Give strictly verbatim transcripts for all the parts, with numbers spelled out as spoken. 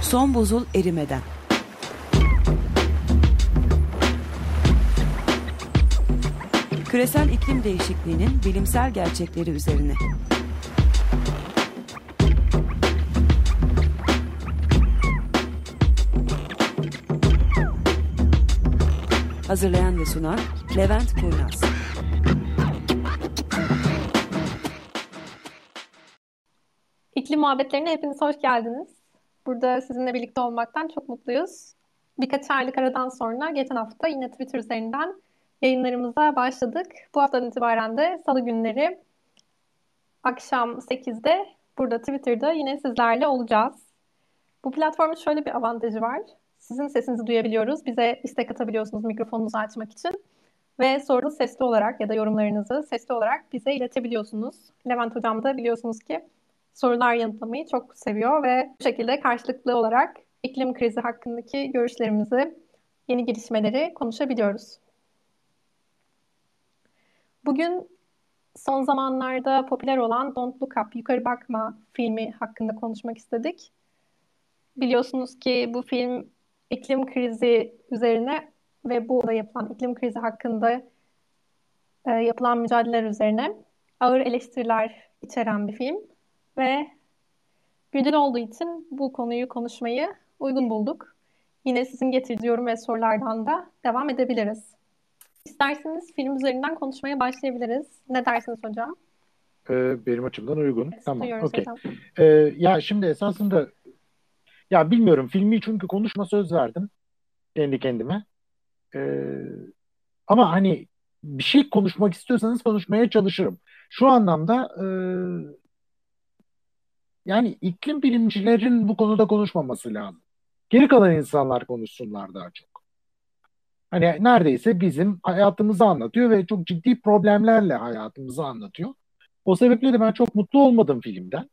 Son buzul erimeden. Küresel iklim değişikliğinin bilimsel gerçekleri üzerine. Hazırlayan ve sunan Levent Kurnaz. İklim muhabbetlerine hepiniz hoş geldiniz. Burada sizinle birlikte olmaktan çok mutluyuz. Birkaç aylık aradan sonra geçen hafta yine Twitter üzerinden yayınlarımıza başladık. Bu haftadan itibaren de salı günleri akşam sekizde burada Twitter'da yine sizlerle olacağız. Bu platformun şöyle bir avantajı var. Sizin sesinizi duyabiliyoruz. Bize istek atabiliyorsunuz mikrofonunuzu açmak için. Ve soruları sesli olarak ya da yorumlarınızı sesli olarak bize iletebiliyorsunuz. Levent Hocam da biliyorsunuz ki sorular yanıtlamayı çok seviyor ve bu şekilde karşılıklı olarak iklim krizi hakkındaki görüşlerimizi, yeni gelişmeleri konuşabiliyoruz. Bugün son zamanlarda popüler olan Don't Look Up, Yukarı Bakma filmi hakkında konuşmak istedik. Biliyorsunuz ki bu film iklim krizi üzerine ve bu da yapılan iklim krizi hakkında e, yapılan mücadeleler üzerine ağır eleştiriler içeren bir film ve güncel olduğu için bu konuyu konuşmayı uygun bulduk. Yine sizin getirdiği yorum ve sorulardan da devam edebiliriz. İsterseniz film üzerinden konuşmaya başlayabiliriz. Ne dersiniz hocam? Ee, benim açımdan uygun. Evet, Tamam, duyuyoruz okey. hocam. Ee, ya şimdi esasında ya bilmiyorum filmi çünkü konuşma söz verdim kendi kendime. Ee, ama hani bir şey konuşmak istiyorsanız konuşmaya çalışırım. Şu anlamda e, yani iklim bilimcilerin bu konuda konuşmaması lazım. Geri kalan insanlar konuşsunlar daha çok. Hani neredeyse bizim hayatımızı anlatıyor ve çok ciddi problemlerle hayatımızı anlatıyor. O sebeple de ben çok mutlu olmadım filmden.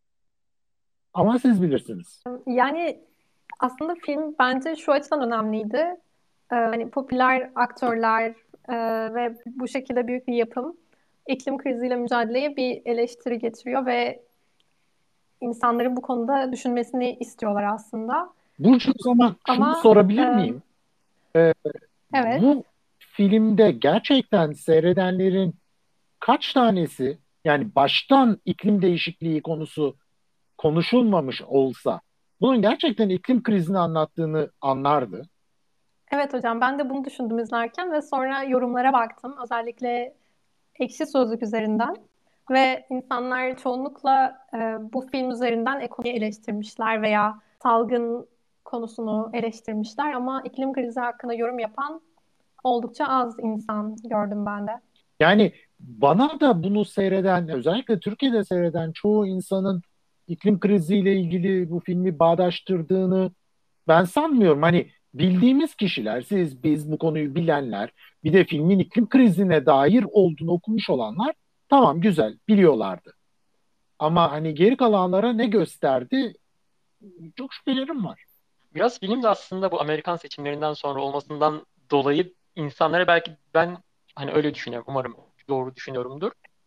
Ama siz bilirsiniz. Yani aslında film bence şu açıdan önemliydi. Ee, hani popüler aktörler e, ve bu şekilde büyük bir yapım iklim kriziyle mücadeleye bir eleştiri getiriyor ve insanların bu konuda düşünmesini istiyorlar aslında. Burcu, o zaman şunu Ama sorabilir e, miyim? Ee, evet, bu filmde gerçekten seyredenlerin kaç tanesi, yani baştan iklim değişikliği konusu konuşulmamış olsa bunun gerçekten iklim krizini anlattığını anlardı? evet hocam ben de bunu düşündüm izlerken ve sonra yorumlara baktım. Özellikle Ekşi Sözlük üzerinden ve insanlar çoğunlukla e, bu film üzerinden ekonomiyi eleştirmişler veya salgın konusunu eleştirmişler ama iklim krizi hakkında yorum yapan oldukça az insan gördüm ben de. Yani bana da bunu seyreden, özellikle Türkiye'de seyreden çoğu insanın iklim kriziyle ilgili bu filmi bağdaştırdığını ben sanmıyorum. Hani bildiğimiz kişiler, siz, biz, bu konuyu bilenler, bir de filmin iklim krizine dair olduğunu okumuş olanlar, tamam, güzel, biliyorlardı. Ama hani geri kalanlara ne gösterdi? Çok şüphelerim var. Biraz film de aslında bu Amerikan seçimlerinden sonra olmasından dolayı insanlara belki ben hani öyle düşünüyorum. Umarım doğru düşünüyorumdur.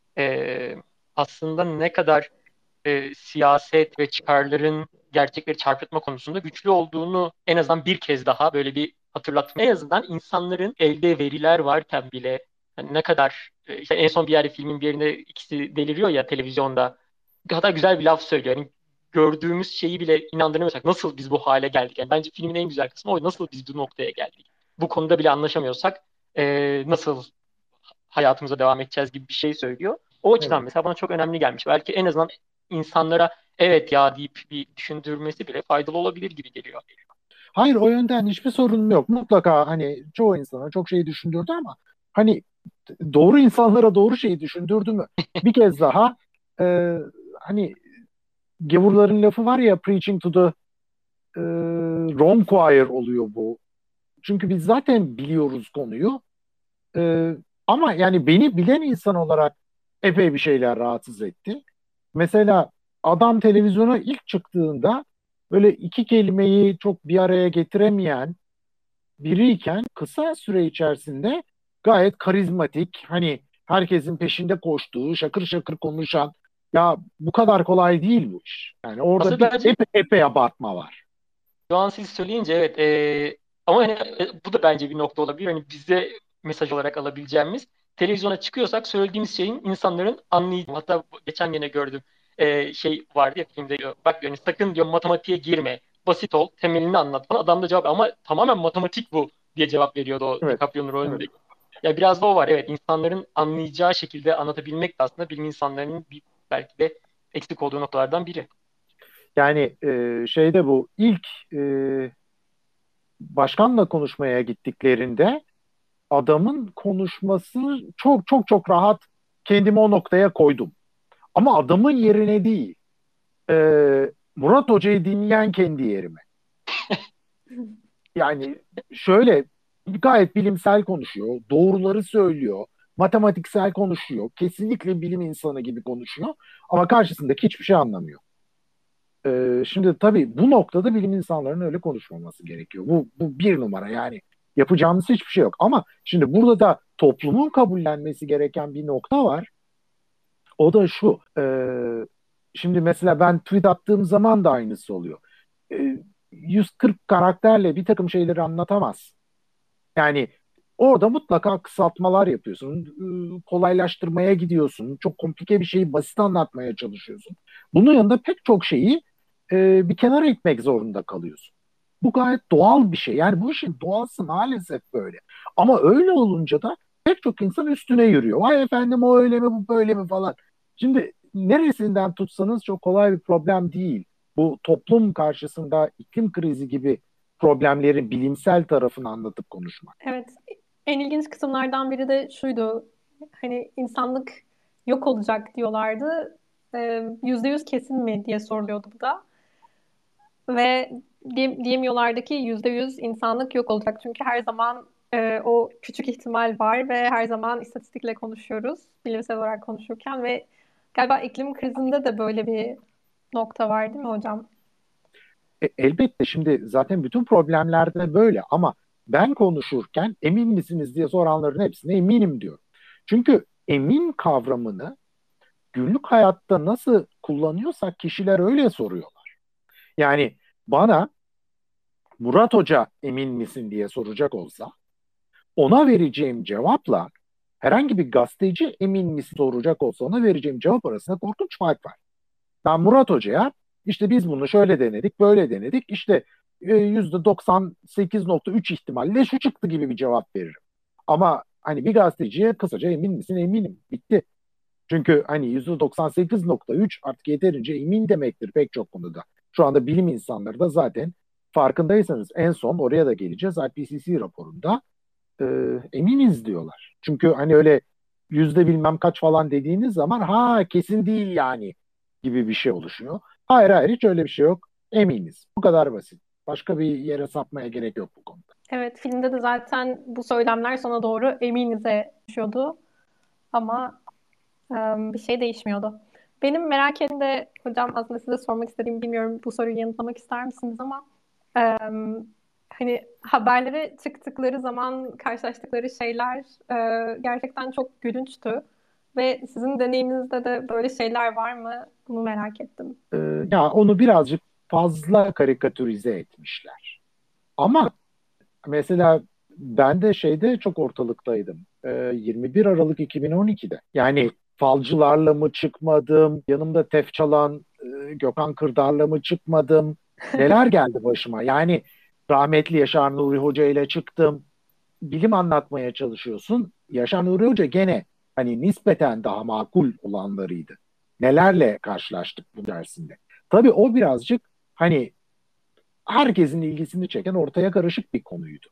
Ee, aslında ne kadar e, siyaset ve çıkarların gerçekleri çarpıtma konusunda güçlü olduğunu en azından bir kez daha böyle bir hatırlatma. En azından insanların elde veriler varken bile hani ne kadar e, işte en son bir yerde filmin bir yerinde ikisi deliriyor ya televizyonda. Hatta güzel bir laf söylüyor. Yani gördüğümüz şeyi bile inandıramıyorsak nasıl biz bu hale geldik? Yani bence filmin en güzel kısmı o. Nasıl biz bu noktaya geldik? Bu konuda bile anlaşamıyorsak e, nasıl hayatımıza devam edeceğiz gibi bir şey söylüyor. O açıdan Evet. mesela bana çok önemli gelmiş. Belki en azından insanlara evet ya deyip bir düşündürmesi bile faydalı olabilir gibi geliyor. Hayır, o yönden hiçbir sorunum yok. Mutlaka hani çoğu insana çok şey düşündürdü ama hani doğru insanlara doğru şeyi düşündürdü mü? Bir kez daha e, hani gavurların lafı var ya, preaching to the e, wrong choir oluyor bu. Çünkü biz zaten biliyoruz konuyu. E, ama yani beni bilen insan olarak epey bir şeyler rahatsız etti. Mesela adam televizyona ilk çıktığında böyle iki kelimeyi çok bir araya getiremeyen biriyken kısa süre içerisinde gayet karizmatik, hani herkesin peşinde koştuğu, şakır şakır konuşan, ya bu kadar kolay değil bu iş. Yani orada Aslında bir bence epey, epey abartma var. Şu an siz söyleyince evet, e, ama hani, e, bu da bence bir nokta olabilir. Hani bize mesaj olarak alabileceğimiz, televizyona çıkıyorsak söylediğimiz şeyin insanların anlayacağı. Hatta bu- geçen yine gördüm, e, şey vardı ya filmde, diyor, bak yani sakın diyor matematiğe girme. Basit ol, temelini anlat falan. Adam da cevap, ama tamamen matematik bu diye cevap veriyordu o Evet. DiCaprio'nun Evet. rolündeki. Ya biraz da o var, evet, insanların anlayacağı şekilde anlatabilmek de aslında bilim insanlarının bir, belki de eksik olduğu noktalardan biri. Yani e, şeyde bu ilk e, başkanla konuşmaya gittiklerinde adamın konuşması çok çok çok rahat, kendimi o noktaya koydum. Ama adamın yerine değil. E, Murat Hoca'yı dinleyen kendi yerime. Yani şöyle gayet bilimsel konuşuyor, doğruları söylüyor, matematiksel konuşuyor, kesinlikle bilim insanı gibi konuşuyor ama karşısındaki hiçbir şey anlamıyor. Ee, şimdi tabii bu noktada bilim insanlarının öyle konuşmaması gerekiyor. Bu, bu bir numara yani yapacağımız hiçbir şey yok. Ama şimdi burada da toplumun kabullenmesi gereken bir nokta var. O da şu. E, şimdi mesela ben tweet attığım zaman da aynısı oluyor. E, yüz kırk karakterle bir takım şeyleri anlatamaz. Yani orada mutlaka kısaltmalar yapıyorsun, e, kolaylaştırmaya gidiyorsun, çok komplike bir şeyi basit anlatmaya çalışıyorsun. Bunun yanında pek çok şeyi e, bir kenara itmek zorunda kalıyorsun. Bu gayet doğal bir şey. Yani bu işin doğası maalesef böyle. Ama öyle olunca da pek çok insan üstüne yürüyor. Vay efendim o öyle mi bu böyle mi falan. Şimdi neresinden tutsanız çok kolay bir problem değil. Bu toplum karşısında iklim krizi gibi problemlerin bilimsel tarafını anlatıp konuşmak. Evet, en ilginç kısımlardan biri de şuydu. Hani insanlık yok olacak diyorlardı. Ee, Yüzde yüz kesin mi diye soruluyordu bu da. Ve diye- diyemiyorlardı ki yüzde yüz insanlık yok olacak. Çünkü her zaman e, o küçük ihtimal var ve her zaman istatistikle konuşuyoruz. Bilimsel olarak konuşurken ve galiba iklim krizinde de böyle bir nokta var değil mi hocam? E, elbette şimdi zaten bütün problemlerde böyle ama ben konuşurken emin misiniz diye soranların hepsine eminim diyor. Çünkü emin kavramını günlük hayatta nasıl kullanıyorsak kişiler öyle soruyorlar. Yani bana Murat Hoca emin misin diye soracak olsa ona vereceğim cevapla herhangi bir gazeteci emin misin soracak olsa ona vereceğim cevap arasında korkunç fark var. Ben Murat Hoca'ya işte biz bunu şöyle denedik, böyle denedik. İşte e, yüzde doksan sekiz nokta üç ihtimalle şu çıktı gibi bir cevap veririm. Ama hani bir gazeteciye kısaca emin misin? Eminim. Bitti. Çünkü hani yüzde doksan sekiz nokta üç artık yeterince emin demektir pek çok konuda. Şu anda bilim insanları da zaten farkındaysanız en son oraya da geleceğiz. I P C C raporunda e, eminiz diyorlar. Çünkü hani öyle yüzde bilmem kaç falan dediğiniz zaman ha kesin değil yani gibi bir şey oluşuyor. Hayır hayır hiç öyle bir şey yok. Eminiz. Bu kadar basit. Başka bir yere sapmaya gerek yok bu konuda. Evet, filmde de zaten bu söylemler sona doğru eminize düşüyordu ama e, bir şey değişmiyordu. Benim merak ettiğim de hocam aslında size sormak istediğim bilmiyorum bu soruyu yanıtlamak ister misiniz ama e, hani haberlere çıktıkları zaman karşılaştıkları şeyler e, gerçekten çok gülünçtü ve sizin deneyiminizde de böyle şeyler var mı? Bunu merak ettim. Ee, ya onu birazcık fazla karikatürize etmişler. Ama mesela ben de şeyde çok ortalıktaydım. Ee, yirmi bir Aralık iki bin on ikide. Yani falcılarla mı çıkmadım, yanımda tef çalan e, Gökhan Kırdar'la mı çıkmadım? Neler geldi başıma? Yani rahmetli Yaşar Nuri Hoca ile çıktım. Bilim anlatmaya çalışıyorsun. Yaşar Nuri Hoca gene hani nispeten daha makul olanlarıydı. Nelerle karşılaştık bu dersinde. Tabii o birazcık hani herkesin ilgisini çeken ortaya karışık bir konuydu.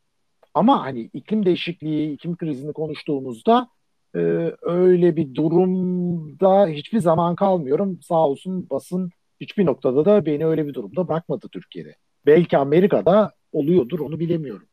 Ama hani iklim değişikliği, iklim krizini konuştuğumuzda e, öyle bir durumda hiçbir zaman kalmıyorum. Sağ olsun basın hiçbir noktada da beni öyle bir durumda bırakmadı Türkiye'de. Belki Amerika'da oluyordur onu bilemiyorum.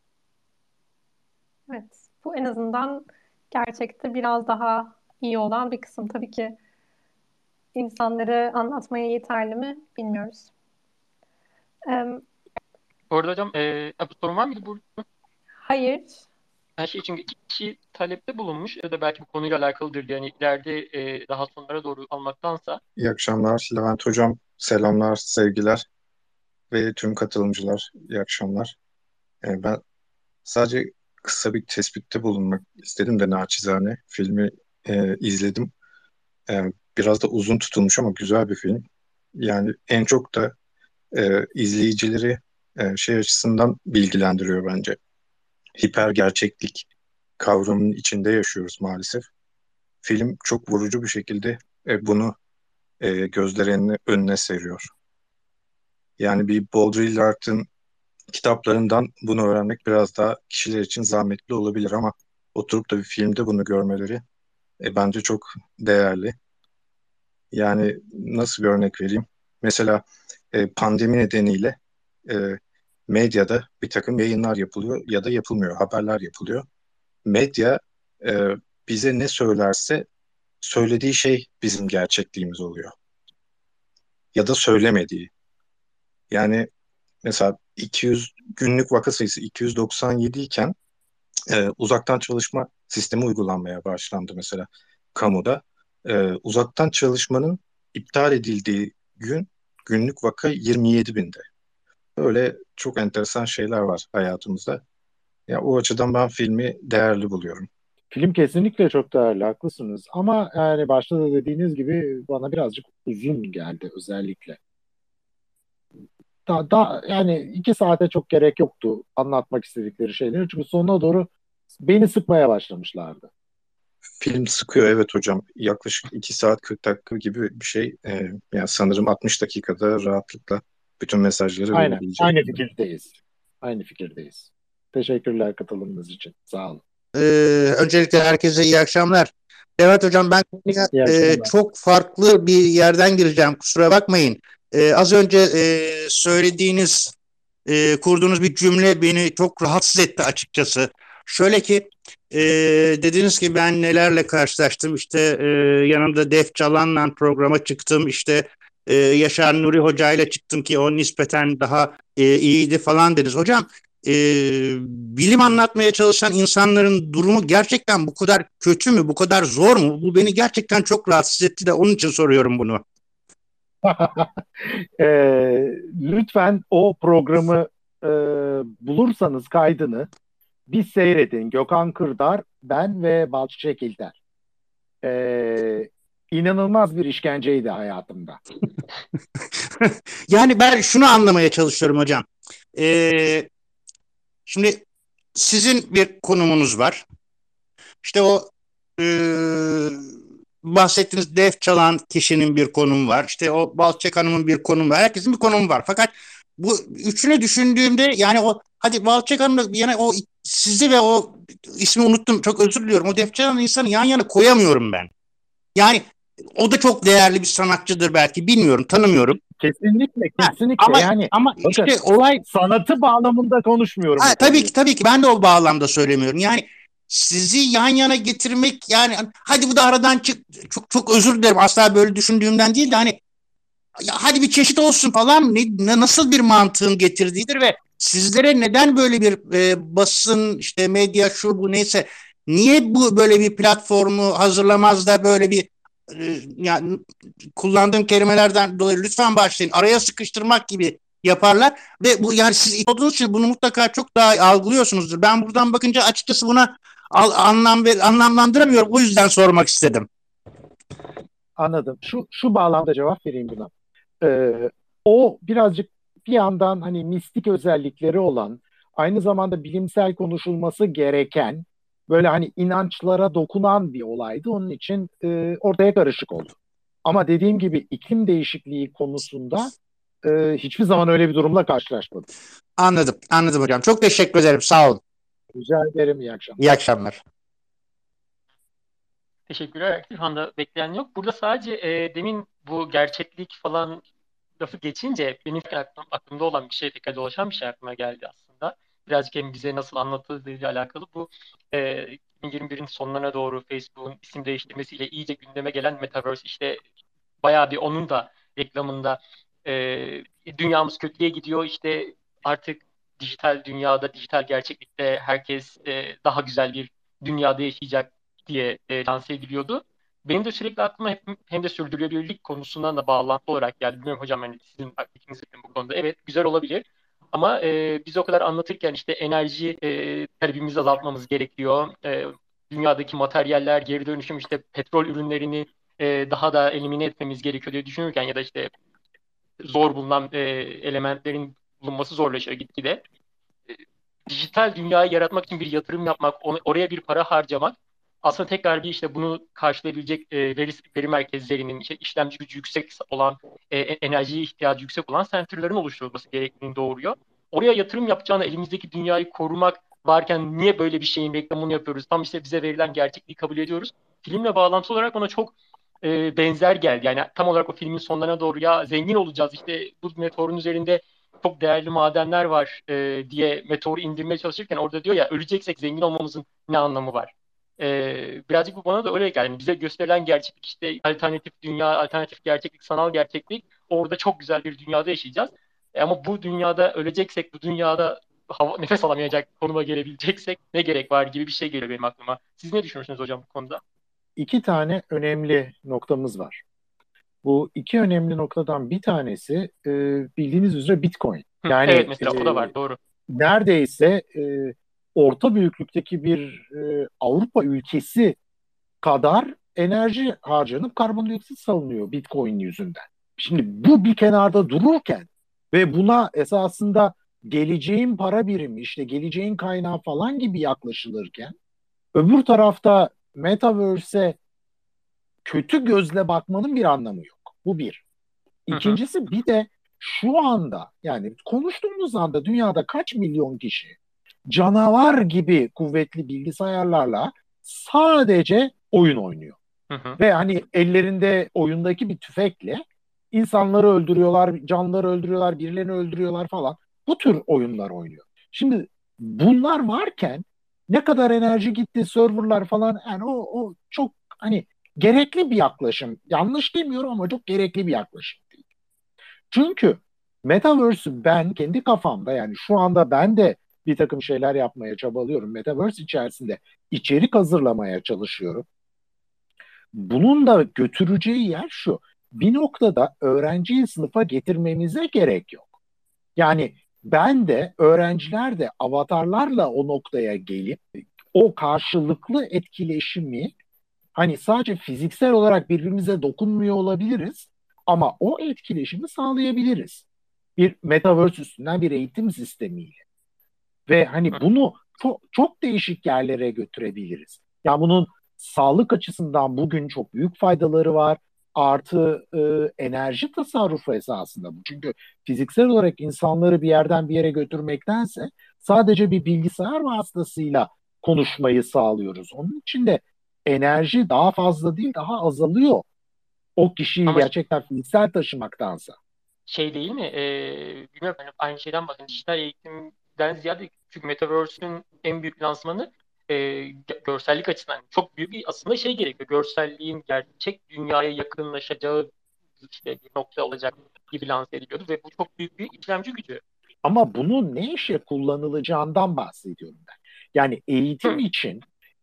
Evet, bu en azından gerçekte biraz daha iyi olan bir kısım. Tabii ki insanları anlatmaya yeterli mi bilmiyoruz. Em, Bu arada hocam, e, bu sorun var mıydı? Bu hayır. her şey için iki kişi talepte bulunmuş ya da belki bu konuyla alakalıdır diye, yani ileride e, daha sonlara doğru almaktansa. İyi akşamlar Levent Hocam. Selamlar, sevgiler. ve tüm katılımcılar, iyi akşamlar. Ee, ben sadece kısa bir tespitte bulunmak istedim de naçizane. Filmi e, izledim. Ee, Biraz da uzun tutulmuş ama güzel bir film. Yani en çok da e, izleyicileri e, şey açısından bilgilendiriyor bence. Hiper gerçeklik kavramının içinde yaşıyoruz maalesef. Film çok vurucu bir şekilde e, bunu e, gözlerinin önüne seriyor. Yani bir Baudrillard'ın kitaplarından bunu öğrenmek biraz daha kişiler için zahmetli olabilir ama oturup da bir filmde bunu görmeleri e, bence çok değerli. Yani nasıl bir örnek vereyim? Mesela e, pandemi nedeniyle e, medyada bir takım yayınlar yapılıyor ya da yapılmıyor, haberler yapılıyor. Medya e, bize ne söylerse söylediği şey bizim gerçekliğimiz oluyor ya da söylemediği. Yani mesela iki yüz günlük vaka sayısı iki yüz doksan yedi iken e, uzaktan çalışma sistemi uygulanmaya başlandı mesela kamuda. E, uzaktan çalışmanın iptal edildiği gün günlük vaka yirmi yedi binde. Böyle çok enteresan şeyler var hayatımızda. Ya o açıdan ben filmi değerli buluyorum. Film kesinlikle çok değerli, haklısınız. Ama yani başta da dediğiniz gibi bana birazcık uzun geldi özellikle. Da, da, yani iki saate çok gerek yoktu anlatmak istedikleri şeyleri. Çünkü sonuna doğru beni sıkmaya başlamışlardı. Film sıkıyor evet hocam. Yaklaşık iki saat kırk dakika gibi bir şey. E, yani sanırım altmış dakikada rahatlıkla bütün mesajları Aynen, verebilecek. aynı fikirdeyiz. Aynı fikirdeyiz. Teşekkürler katılımınız için. Sağ olun. Ee, öncelikle herkese iyi akşamlar. Evet hocam, ben konuya İyi e, akşamlar. çok farklı bir yerden gireceğim. Kusura bakmayın. Ee, az önce e, söylediğiniz, e, kurduğunuz bir cümle beni çok rahatsız etti açıkçası. Şöyle ki, e, dediniz ki ben nelerle karşılaştım. İşte e, yanımda Def Çalan'la programa çıktım. İşte e, Yaşar Nuri Hoca ile çıktım ki o nispeten daha e, iyiydi falan dediniz. Hocam, e, bilim anlatmaya çalışan insanların durumu gerçekten bu kadar kötü mü, bu kadar zor mu? Bu beni gerçekten çok rahatsız etti de onun için soruyorum bunu. E, lütfen o programı e, bulursanız kaydını bir seyredin. Gökhan Kırdar, ben ve Balçı Çekilter. E, inanılmaz bir işkenceydi hayatımda. Yani ben şunu anlamaya çalışıyorum hocam. Ee, şimdi sizin bir konumunuz var. İşte o e, bahsettiğiniz def çalan kişinin bir konumu var. İşte o Balçek Hanım'ın bir konumu var. Herkesin bir konumu var. Fakat bu üçünü düşündüğümde yani o hadi Balçek Hanım'la yani o sizi ve o ismi unuttum. Çok özür diliyorum. O def çalan insanı yan yana koyamıyorum ben. Yani o da çok değerli bir sanatçıdır belki. Bilmiyorum, tanımıyorum. Kesinlikle, Ha, kesinlikle. ama Yani ama bakın, işte olay sanatı bağlamında konuşmuyorum. ha, bu tabii konuyu. ki tabii ki ben de o bağlamda söylemiyorum. Yani sizi yan yana getirmek yani hadi bu da aradan çık, çok çok özür dilerim, asla böyle düşündüğümden değil de hani ya hadi bir çeşit olsun falan, ne, ne- nasıl bir mantığın getirdiğidir ve sizlere neden böyle bir e, basın işte medya şu bu neyse niye bu böyle bir platformu hazırlamaz da böyle bir e, yani kullandığım kelimelerden dolayı lütfen başlayın, araya sıkıştırmak gibi yaparlar ve bu yani siz ilk olduğunuz için bunu mutlaka çok daha algılıyorsunuzdur. Ben buradan bakınca açıkçası buna al, anlam ver, anlamlandıramıyorum. O yüzden sormak istedim. Anladım. Şu şu bağlamda cevap vereyim buna. Ee, o birazcık bir yandan hani mistik özellikleri olan, aynı zamanda bilimsel konuşulması gereken, böyle hani inançlara dokunan bir olaydı. Onun için e, ortaya karışık oldu. Ama dediğim gibi iklim değişikliği konusunda e, hiçbir zaman öyle bir durumla karşılaşmadım. Anladım, anladım hocam. Çok teşekkür ederim. Sağ olun. Rica ederim. İyi akşamlar. İyi akşamlar. Teşekkürler. Şu anda bekleyen yok. Burada sadece e, demin bu gerçeklik falan lafı geçince benim aklım, aklımda olan bir şey, tekrar dolaşan bir şey aklıma geldi aslında. Birazcık hem bize nasıl anlatıldığıyla alakalı bu e, iki bin yirmi birin sonlarına doğru Facebook'un isim değiştirmesiyle iyice gündeme gelen Metaverse, işte bayağı bir onun da reklamında e, dünyamız kötüye gidiyor, işte artık dijital dünyada, dijital gerçeklikte herkes e, daha güzel bir dünyada yaşayacak diye e, lanse ediliyordu. benim de sürekli aklıma hep, hem de sürdürülebilirlik konusundan da bağlantılı olarak geldi. Bilmiyorum hocam, hani sizin ikiniz bu konuda. Evet, güzel olabilir. Ama e, biz o kadar anlatırken işte enerji e, talebimizi azaltmamız gerekiyor. E, dünyadaki materyaller, geri dönüşüm, işte petrol ürünlerini e, daha da elimine etmemiz gerekiyor diye düşünürken ya da işte zor bulunan e, elementlerin bulunması zorlaşıyor gitgide. E, dijital dünyayı yaratmak için bir yatırım yapmak, onu, oraya bir para harcamak aslında tekrar bir işte bunu karşılayabilecek e, veri, veri merkezlerinin, işte işlemci gücü yüksek olan, e, enerjiye ihtiyacı yüksek olan sensörlerin oluşturulması gerektiğini doğuruyor. Oraya yatırım yapacağına elimizdeki dünyayı korumak varken niye böyle bir şeyin reklamını yapıyoruz? Tam işte bize verilen gerçekliği kabul ediyoruz. Filmle bağlantılı olarak bana çok e, benzer geldi. Yani tam olarak o filmin sonlarına doğru ya zengin olacağız, işte bu meteorun üzerinde çok değerli madenler var e, diye meteoru indirmeye çalışırken orada diyor ya, öleceksek zengin olmamızın ne anlamı var? E, birazcık bu bana da öyle geldi. Yani bize gösterilen gerçeklik, işte alternatif dünya, alternatif gerçeklik, sanal gerçeklik, orada çok güzel bir dünyada yaşayacağız. E, ama bu dünyada öleceksek, bu dünyada hava, nefes alamayacak konuma gelebileceksek ne gerek var gibi bir şey geliyor benim aklıma. Siz ne düşünüyorsunuz hocam bu konuda? İki tane önemli noktamız var. Bu iki önemli noktadan bir tanesi e, bildiğiniz üzere Bitcoin. Hı, Yani evet, mesela o da e, var, doğru. neredeyse e, orta büyüklükteki bir e, Avrupa ülkesi kadar enerji harcanıp karbondioksit salınıyor Bitcoin yüzünden. Şimdi bu bir kenarda dururken ve buna esasında geleceğin para birimi, işte geleceğin kaynağı falan gibi yaklaşılırken, öbür tarafta Metaverse'e kötü gözle bakmanın bir anlamı yok. Bu bir. Hı hı. İkincisi, bir de şu anda, yani konuştuğumuz anda dünyada kaç milyon kişi canavar gibi kuvvetli bilgisayarlarla sadece oyun oynuyor. Hı hı. Ve hani ellerinde oyundaki bir tüfekle insanları öldürüyorlar, canlıları öldürüyorlar, birilerini öldürüyorlar falan. Bu tür oyunlar oynuyor. Şimdi bunlar varken ne kadar enerji gitti, serverlar falan, yani o, o çok hani gerekli bir yaklaşım. Yanlış demiyorum ama çok gerekli bir yaklaşım değil. Çünkü Metaverse'ü ben kendi kafamda, yani şu anda ben de bir takım şeyler yapmaya çabalıyorum. Metaverse içerisinde içerik hazırlamaya çalışıyorum. Bunun da götüreceği yer şu: bir noktada öğrenciyi sınıfa getirmemize gerek yok. Yani ben de öğrenciler de avatarlarla o noktaya gelip o karşılıklı etkileşimi, hani sadece fiziksel olarak birbirimize dokunmuyor olabiliriz ama o etkileşimi sağlayabiliriz. Bir metaverse üstünden bir eğitim sistemiyle. Ve hani bunu çok, çok değişik yerlere götürebiliriz. Ya bunun sağlık açısından bugün çok büyük faydaları var. Artı e, enerji tasarrufu esasında bu. Çünkü fiziksel olarak insanları bir yerden bir yere götürmektense sadece bir bilgisayar vasıtasıyla konuşmayı sağlıyoruz. Onun için de enerji daha fazla değil, daha azalıyor. O kişiyi Ama gerçekten fiziksel taşımaktansa. şey değil mi? Ee, bilmiyorum, hani aynı şeyden bakın. Dijital eğitimden ziyade, çünkü Metaverse'ün en büyük lansmanı e, gö- görsellik açısından çok büyük bir aslında şey gerekiyor. Görselliğin gerçek dünyaya yakınlaşacağı işte bir nokta olacak gibi lanse ediliyordu ve bu çok büyük bir işlemci gücü. Ama bunun ne işe kullanılacağından bahsediyorum ben. Yani eğitim Hı, için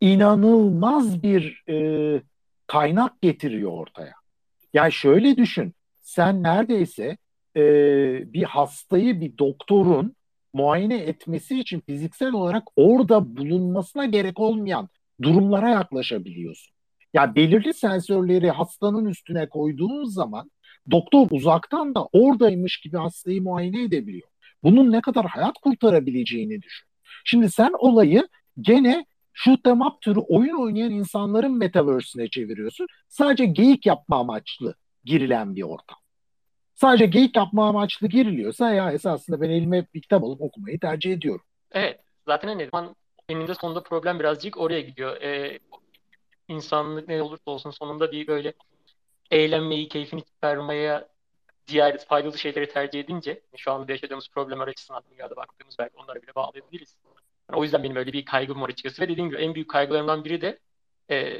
inanılmaz bir e, kaynak getiriyor ortaya. Yani şöyle düşün, sen neredeyse e, bir hastayı bir doktorun muayene etmesi için fiziksel olarak orada bulunmasına gerek olmayan durumlara yaklaşabiliyorsun. Yani belirli sensörleri hastanın üstüne koyduğun zaman doktor uzaktan da oradaymış gibi hastayı muayene edebiliyor. Bunun ne kadar hayat kurtarabileceğini düşün. Şimdi sen olayı gene shoot 'em up türü oyun oynayan insanların metaverse'ine çeviriyorsun. Sadece geyik yapma amaçlı girilen bir ortam. Sadece geyik yapma amaçlı giriliyorsa ya esasında ben elime bir kitap alıp okumayı tercih ediyorum. evet. Zaten hani zaman eninde sonunda problem birazcık oraya gidiyor. Ee, insanlık ne olursa olsun sonunda bir böyle eğlenmeyi, keyfini çıkarmaya diğer faydalı şeyleri tercih edince, şu anda yaşadığımız problemler açısından dünyada baktığımız belki onlara bile bağlayabiliriz. Yani o yüzden benim öyle bir kaygım var açıkçası. Ve dediğim gibi en büyük kaygılarımdan biri de e,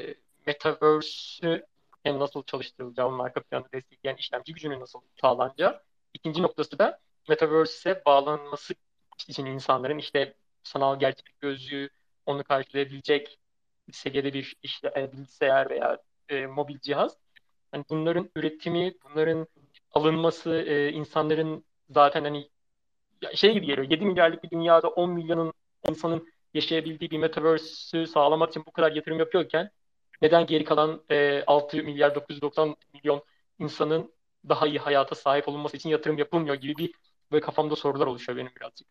Metaverse'ü hem nasıl çalıştırılacağı, onun arka planını destekleyen işlemci gücünün nasıl sağlanacağı. İkinci noktası da Metaverse'e bağlanması için insanların işte sanal gerçeklik gözlüğü, onu karşılayabilecek seviyede bir işte, bilgisayar veya e, mobil cihaz. Hani bunların üretimi, bunların alınması, e, insanların zaten hani ya şey gibi geliyor. yedi milyarlık bir dünyada on milyonun insanın yaşayabildiği bir metaverse'ü sağlamak için bu kadar yatırım yapıyorken neden geri kalan e, altı milyar dokuz yüz doksan milyon insanın daha iyi hayata sahip olunması için yatırım yapılmıyor gibi bir böyle kafamda sorular oluşuyor benim birazcık.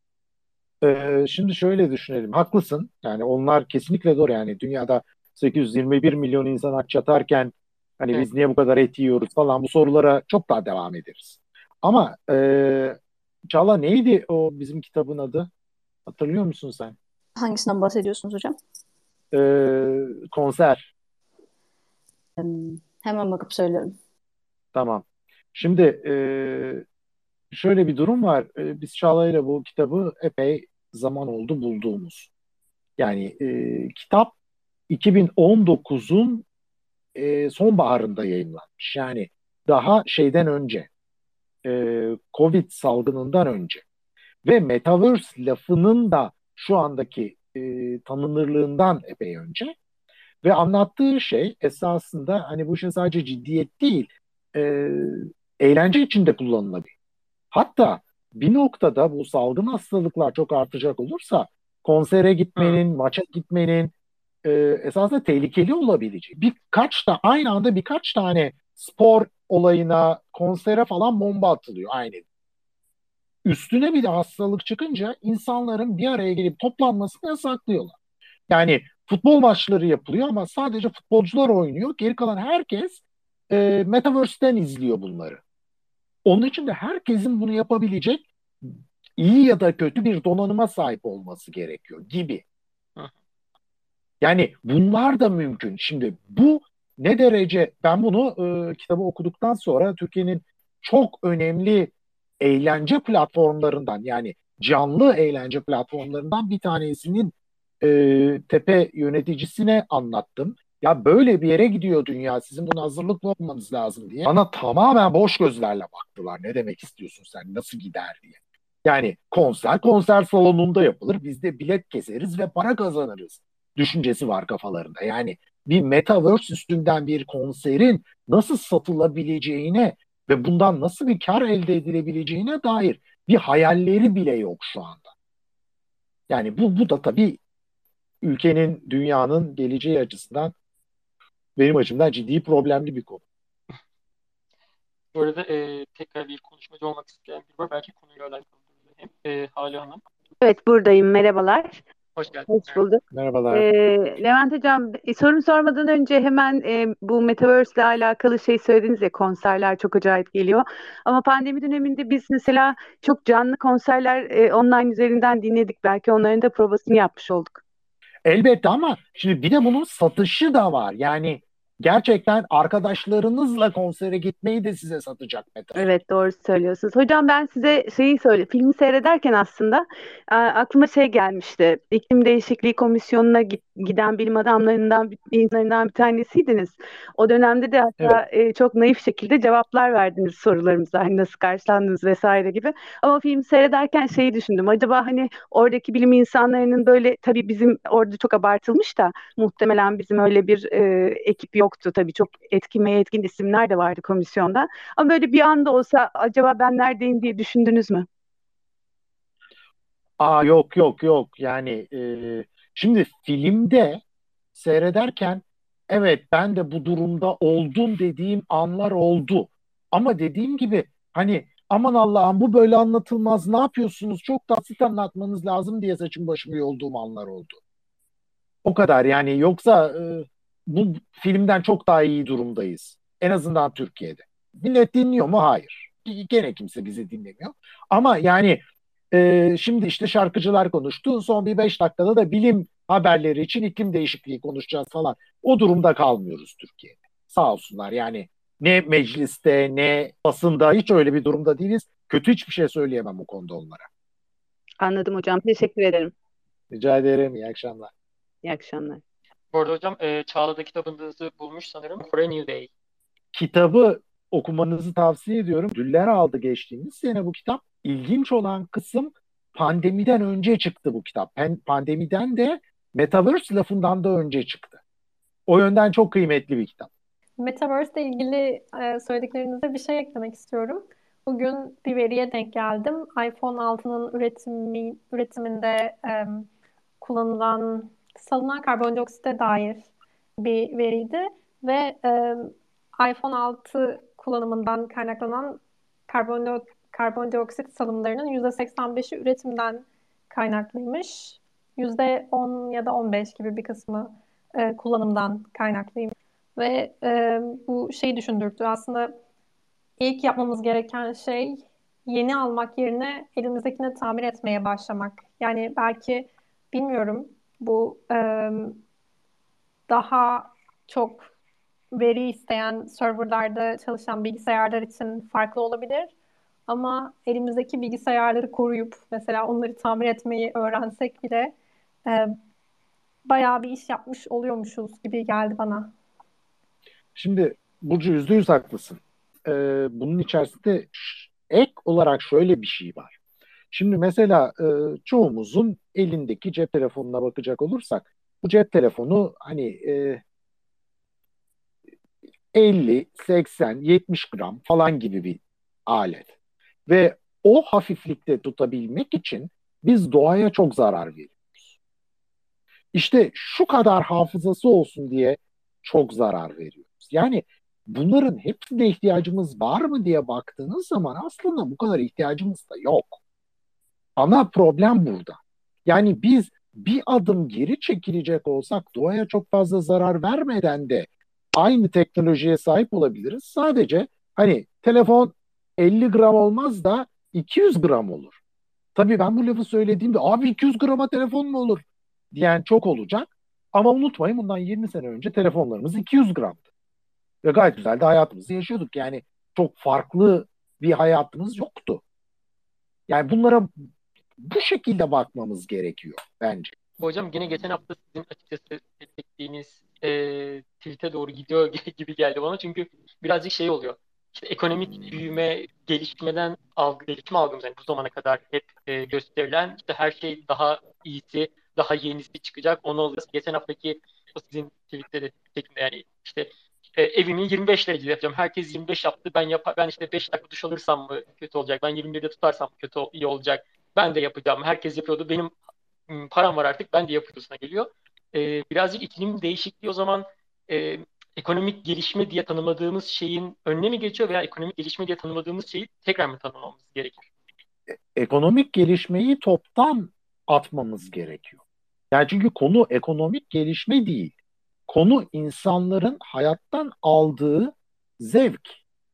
Ee, şimdi şöyle düşünelim. Haklısın. Yani onlar kesinlikle doğru. Yani dünyada sekiz yüz yirmi bir milyon insan aç yatarken hani Evet. biz niye bu kadar et yiyoruz falan bu sorulara çok daha devam ederiz. Ama e, Çağla neydi o bizim kitabın adı? Hatırlıyor musun sen? Hangisinden bahsediyorsunuz hocam? Ee, konser. Hmm, hemen bakıp söylüyorum. Tamam. Şimdi e, şöyle bir durum var. E, biz Çağla'yla bu kitabı epey zaman oldu bulduğumuz. Yani e, kitap iki bin on dokuzun e, sonbaharında yayınlanmış. Yani daha şeyden önce, e, Covid salgınından önce ve Metaverse lafının da şu andaki e, tanınırlığından epey önce ve anlattığı şey esasında hani bu işin sadece ciddiyet değil, e, eğlence için de kullanılabilir. Hatta bir noktada bu salgın hastalıklar çok artacak olursa konsere Hı. gitmenin, maça gitmenin e, esasında tehlikeli olabilecek. Birkaç da aynı anda birkaç tane spor olayına, konsere falan bomba atılıyor aynı. Üstüne bir de hastalık çıkınca insanların bir araya gelip toplanmasını yasaklıyorlar. Yani futbol maçları yapılıyor ama sadece futbolcular oynuyor. Geri kalan herkes e, Metaverse'ten izliyor bunları. Onun için de herkesin bunu yapabilecek iyi ya da kötü bir donanıma sahip olması gerekiyor gibi. Hı. Yani bunlar da mümkün. Şimdi bu ne derece ben bunu e, kitabı okuduktan sonra Türkiye'nin çok önemli eğlence platformlarından yani canlı eğlence platformlarından bir tanesinin e, tepe yöneticisine anlattım. Ya böyle bir yere gidiyor dünya sizin buna hazırlıklı olmanız lazım diye. Bana tamamen boş gözlerle baktılar. Ne demek istiyorsun sen nasıl gider diye. Yani konser konser salonunda yapılır. Biz de bilet keseriz ve para kazanırız düşüncesi var kafalarında. Yani bir metaverse üstünden bir konserin nasıl satılabileceğine ve bundan nasıl bir kar elde edilebileceğine dair bir hayalleri bile yok şu anda. Yani bu, bu da tabii ülkenin, dünyanın geleceği açısından benim açımdan ciddi problemli bir konu. Bu arada e, tekrar bir konuşmacı olmak isteyen biri var. Belki konuyla alakalı. Hem e, Hale Hanım. Evet buradayım. Merhabalar. Hoş geldiniz. Hoş Merhaba. bulduk. Merhabalar. Ee, Levent Hocam e, sorum sormadan önce hemen e, bu Metaverse ile alakalı şey söylediniz ya konserler çok acayip geliyor. Ama pandemi döneminde biz mesela çok canlı konserler e, online üzerinden dinledik. Belki onların da provasını yapmış olduk. Elbette ama şimdi bir de bunun satışı da var. Yani gerçekten arkadaşlarınızla konsere gitmeyi de size satacak Meta. Evet doğru söylüyorsunuz. Hocam ben size şeyi söyle, filmi seyrederken aslında a, aklıma şey gelmişti. İklim Değişikliği Komisyonu'na git- giden bilim adamlarından insanlarından bir tanesiydiniz. O dönemde de Evet. hatta e, çok naif şekilde cevaplar verdiniz sorularımıza. Hani nasıl karşılandınız vesaire gibi. Ama filmi seyrederken şeyi düşündüm. Acaba hani oradaki bilim insanlarının böyle tabii bizim orada çok abartılmış da muhtemelen bizim öyle bir e, ekip yoktu. Tabii çok etkin ve yetkin isimler de vardı komisyonda. Ama böyle bir anda olsa acaba ben neredeyim diye düşündünüz mü? Aa yok yok yok yani e, şimdi filmde seyrederken evet ben de bu durumda oldum dediğim anlar oldu. Ama dediğim gibi hani aman Allah'ım bu böyle anlatılmaz ne yapıyorsunuz çok basit anlatmanız lazım diye saçım başımı yolduğum anlar oldu. O kadar yani yoksa e, bu filmden çok daha iyi durumdayız. En azından Türkiye'de. Millet dinliyor mu? Hayır. Gene kimse bizi dinlemiyor. Ama yani e, şimdi işte şarkıcılar konuştu. Son bir beş dakikada da bilim haberleri için iklim değişikliği konuşacağız falan. O durumda kalmıyoruz Türkiye'de. Sağ olsunlar yani ne mecliste ne basında hiç öyle bir durumda değiliz. Kötü hiçbir şey söyleyemem o konuda onlara. Anladım hocam. Teşekkür ederim. Rica ederim. İyi akşamlar. İyi akşamlar. Bu arada hocam e, Çağla'da kitabınızı bulmuş sanırım. For a New Day. Kitabı okumanızı tavsiye ediyorum. Düller aldı geçtiğimiz sene bu kitap. İlginç olan kısım pandemiden önce çıktı bu kitap. Pandemiden de Metaverse lafından da önce çıktı. O yönden çok kıymetli bir kitap. Metaverse ile ilgili e, söylediklerinize bir şey eklemek istiyorum. Bugün bir veriye denk geldim. iPhone altının üretimi, üretiminde e, kullanılan salınan karbondioksite dair bir veriydi ve e, iPhone altı kullanımından kaynaklanan karbondio, karbondioksit salımlarının yüzde seksen beşi üretimden kaynaklıymış. yüzde on ya da on beş gibi bir kısmı e, kullanımdan kaynaklıymış. Ve e, bu şeyi düşündürttü. Aslında ilk yapmamız gereken şey yeni almak yerine elimizdekini tamir etmeye başlamak. Yani belki bilmiyorum bu e, daha çok veri isteyen serverlarda çalışan bilgisayarlar için farklı olabilir. Ama elimizdeki bilgisayarları koruyup mesela onları tamir etmeyi öğrensek bile e, bayağı bir iş yapmış oluyormuşuz gibi geldi bana. Şimdi Burcu yüzde yüz haklısın. Ee, bunun içerisinde ş- ek olarak şöyle bir şey var. Şimdi mesela e, çoğumuzun elindeki cep telefonuna bakacak olursak bu cep telefonu hani e, elli, seksen, yetmiş gram falan gibi bir alet. Ve o hafiflikte tutabilmek için biz doğaya çok zarar veriyoruz. İşte şu kadar hafızası olsun diye çok zarar veriyoruz. Yani bunların hepsine ihtiyacımız var mı diye baktığınız zaman aslında bu kadar ihtiyacımız da yok. Ana problem burada. Yani biz bir adım geri çekilecek olsak doğaya çok fazla zarar vermeden de aynı teknolojiye sahip olabiliriz. Sadece hani telefon elli gram olmaz da iki yüz gram olur. Tabii ben bu lafı söylediğimde abi iki yüz grama telefon mu olur diyen çok olacak. Ama unutmayın bundan yirmi sene önce telefonlarımız iki yüz gramdı. Ve gayet güzel de hayatımızı yaşıyorduk. Yani çok farklı bir hayatımız yoktu. Yani bunlara bu şekilde bakmamız gerekiyor bence. Hocam yine geçen hafta sizin açıkçası çektiğiniz e, tweet'e doğru gidiyor gibi geldi bana. Çünkü birazcık şey oluyor. İşte ekonomik büyüme, gelişmeden algı, gelişme algımız yani bu zamana kadar hep e, gösterilen işte her şey daha iyisi, daha yenisi çıkacak. Onu alırız. Geçen haftaki o sizin tweet'te şeklinde yani işte e, evimi yirmi beş derecede yapacağım. Herkes yirmi beş yaptı. Ben yap ben işte beş dakika duş alırsam mı kötü olacak? Ben yirmi birde tutarsam kötü iyi olacak. Ben de yapacağım. Herkes yapıyordu. Benim "Hmm, param var artık ben de yapıyorsuna geliyor. Ee, birazcık iklim değişikliği o zaman e, ekonomik gelişme diye tanımladığımız şeyin önüne mi geçiyor veya ekonomik gelişme diye tanımladığımız şeyi tekrar mı tanımlamamız gerekir? Ekonomik gelişmeyi toptan atmamız gerekiyor. Yani çünkü konu ekonomik gelişme değil. Konu insanların hayattan aldığı zevk.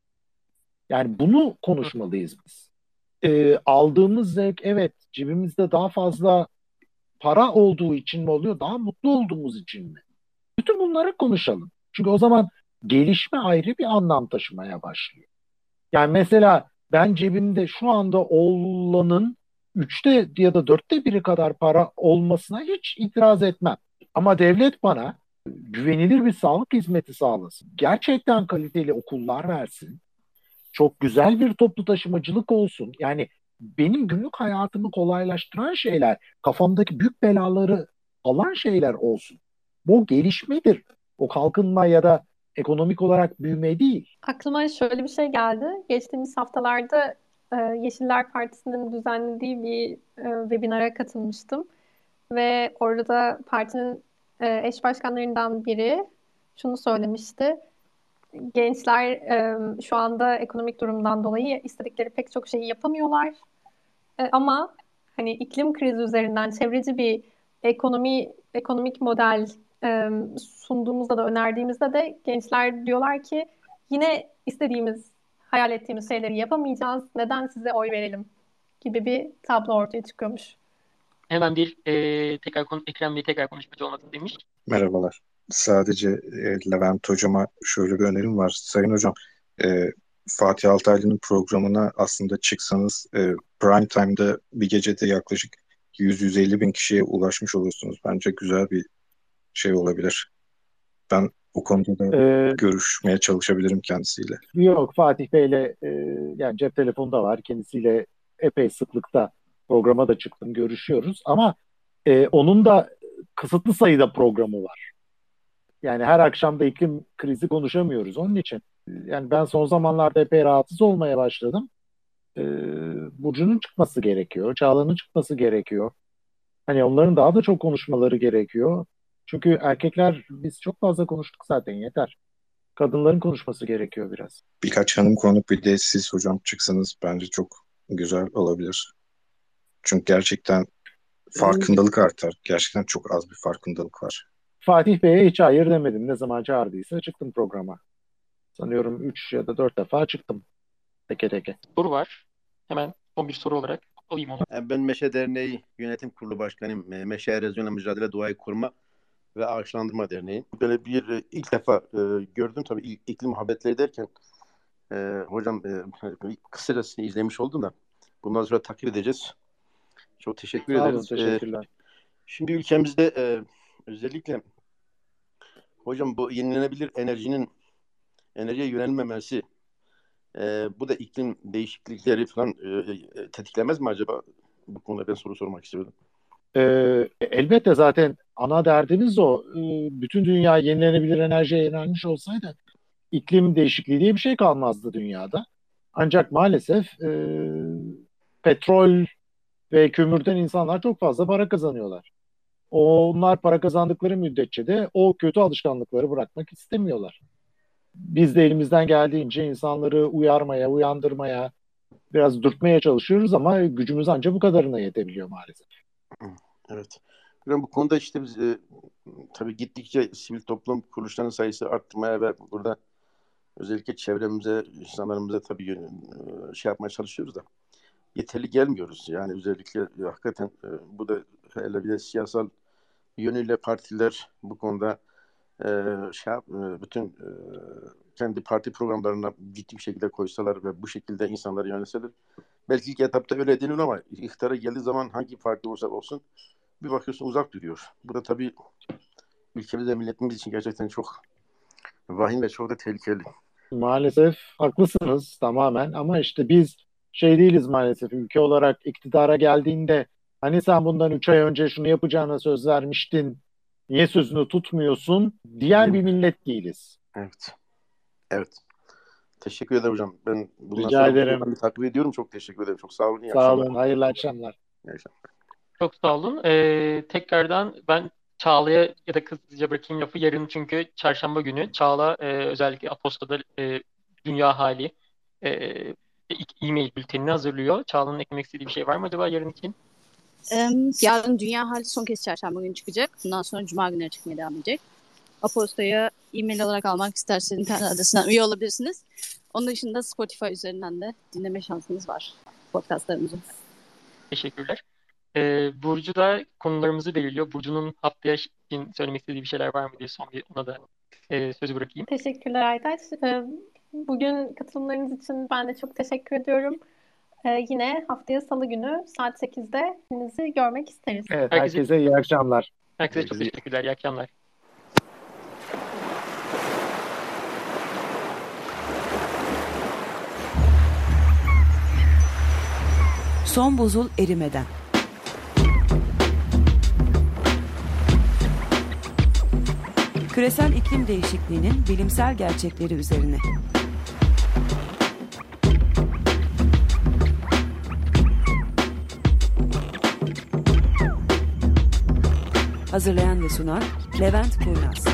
Yani bunu konuşmalıyız biz. Ee, aldığımız zevk evet cebimizde daha fazla para olduğu için mi oluyor, daha mutlu olduğumuz için mi? Bütün bunları konuşalım. Çünkü o zaman gelişme ayrı bir anlam taşımaya başlıyor. Yani mesela ben cebimde şu anda olanın üçte ya da dörtte biri kadar para olmasına hiç itiraz etmem. Ama devlet bana güvenilir bir sağlık hizmeti sağlasın. Gerçekten kaliteli okullar versin. Çok güzel bir toplu taşımacılık olsun. Yani benim günlük hayatımı kolaylaştıran şeyler, kafamdaki büyük belaları alan şeyler olsun. Bu gelişmedir. O kalkınma ya da ekonomik olarak büyüme değil. Aklıma şöyle bir şey geldi. Geçtiğimiz haftalarda e, Yeşiller Partisi'nin düzenlediği bir e, webinara katılmıştım. Ve orada partinin e, eş başkanlarından biri şunu söylemişti. Gençler e, şu anda ekonomik durumdan dolayı istedikleri pek çok şeyi yapamıyorlar. E, ama hani iklim krizi üzerinden çevreci bir ekonomi ekonomik model e, sunduğumuzda da önerdiğimizde de gençler diyorlar ki yine istediğimiz, hayal ettiğimiz şeyleri yapamayacağız. Neden size oy verelim gibi bir tablo ortaya çıkıyormuş. Hemen bir e, tekrar konu, Ekrem Bey tekrar konuşmacı olmak istemiş. Merhabalar. Sadece e, Levent Hocam'a şöyle bir önerim var. Sayın Hocam, e, Fatih Altaylı'nın programına aslında çıksanız e, prime time'da bir gecede yaklaşık yüz yüz elli bin kişiye ulaşmış olursunuz. Bence güzel bir şey olabilir. Ben o konuda da Ee, görüşmeye çalışabilirim kendisiyle. yok Fatih Bey'le e, yani cep telefonu da var. Kendisiyle epey sıklıkta programa da çıktım, görüşüyoruz. Ama e, onun da kısıtlı sayıda programı var. Yani her akşam da iklim krizi konuşamıyoruz. Onun için yani ben son zamanlarda epey rahatsız olmaya başladım. Ee, Burcu'nun çıkması gerekiyor. Çağla'nın çıkması gerekiyor. Hani onların daha da çok konuşmaları gerekiyor. Çünkü erkekler biz çok fazla konuştuk zaten yeter. Kadınların konuşması gerekiyor biraz. Birkaç hanım konuk bir de siz hocam çıksanız bence çok güzel olabilir. Çünkü gerçekten farkındalık artar. Gerçekten çok az bir farkındalık var. Fatih Bey'e hiç hayır demedim. Ne zaman çağırdıysa çıktım programa. Sanıyorum üç ya da dört defa çıktım. Teke teke. Soru var. Hemen son bir soru olarak alayım onu. Ben Meşe Derneği Yönetim Kurulu Başkanıyım. Meşe Erozyonla Mücadele Doğayı Koruma ve Ağaçlandırma Derneği. Böyle bir e, ilk defa e, gördüm tabii ilk, iklim muhabbetleri derken e, hocam e, kısacası izlemiş oldum da bundan sonra takip edeceğiz. Çok teşekkür Sağ olun, ederiz. teşekkürler. E, şimdi ülkemizde e, özellikle hocam bu yenilenebilir enerjinin enerjiye yönelmemesi e, bu da iklim değişiklikleri falan e, e, tetiklemez mi acaba? Bu konuda ben soru sormak istiyorum. Ee, elbette zaten ana derdimiz o. Ee, bütün dünya yenilenebilir enerjiye yönelmiş olsaydı iklim değişikliği diye bir şey kalmazdı dünyada. Ancak maalesef e, petrol ve kömürden insanlar çok fazla para kazanıyorlar. Onlar para kazandıkları müddetçe de o kötü alışkanlıkları bırakmak istemiyorlar. Biz de elimizden geldiğince insanları uyarmaya, uyandırmaya, biraz dürtmeye çalışıyoruz ama gücümüz ancak bu kadarına yetebiliyor maalesef. Evet. Hocam bu konuda işte biz e, tabii gittikçe sivil toplum kuruluşlarının sayısı artmaya ve burada özellikle çevremize, insanlarımıza tabii e, şey yapmaya çalışıyoruz da yeterli gelmiyoruz. Yani özellikle e, hakikaten e, bu da hele bir de siyasal yönüyle partiler bu konuda e, şey yap, e, bütün e, kendi parti programlarına ciddi bir şekilde koysalar ve bu şekilde insanları yönetseler. Belki ilk etapta öyle deniyor ama iktidara geldiği zaman hangi parti olursa olsun bir bakıyorsun uzak duruyor. Bu da tabii ülkemiz ve milletimiz için gerçekten çok vahim ve çok da tehlikeli. Maalesef haklısınız tamamen ama işte biz şey değiliz maalesef ülke olarak iktidara geldiğinde hani sen bundan üç ay önce şunu yapacağına söz vermiştin, niye sözünü tutmuyorsun diyen bir millet değiliz. Evet. Evet. Teşekkür ederim hocam. Ben bundan Rica sonra ederim. bunu takip ediyorum. Çok teşekkür ederim. Çok sağ olun. İyi Sağ akşamlar. olun, hayırlı akşamlar. İyi akşamlar. Çok sağ olun. Ee, tekrardan ben Çağla'ya ya da hızlıca bırakayım lafı. Yarın çünkü çarşamba günü Çağla e, özellikle Aposta'da e, Dünya Hali e, e-mail bültenini hazırlıyor. Çağla'nın eklemek istediği bir şey var mı acaba yarın için? Em, Yarın Dünya Hali son kez çarşamba günü çıkacak. Bundan sonra Cuma günleri çıkmaya devam edecek. Aposta'ya e-mail olarak almak isterseniz internet adresinden üye olabilirsiniz. Onun dışında Spotify üzerinden de dinleme şansınız var podcastlarımızı. Teşekkürler. Ee, Burcu da konularımızı belirliyor. Burcu'nun haftaya için söylemek istediği bir şeyler var mı diye son bir ona da e, sözü bırakayım. Teşekkürler Aytaç. Ee, Bugün katılımlarınız için ben de çok teşekkür ediyorum. Ee, yine haftaya Salı günü saat sekizde hepinizi görmek isteriz. Evet, Herkese- herkese iyi akşamlar. Herkese çok teşekkürler. İyi akşamlar. Son buzul erimeden. Küresel iklim değişikliğinin bilimsel gerçekleri üzerine. Hazırlayan ve sunan Levent Kurnaz.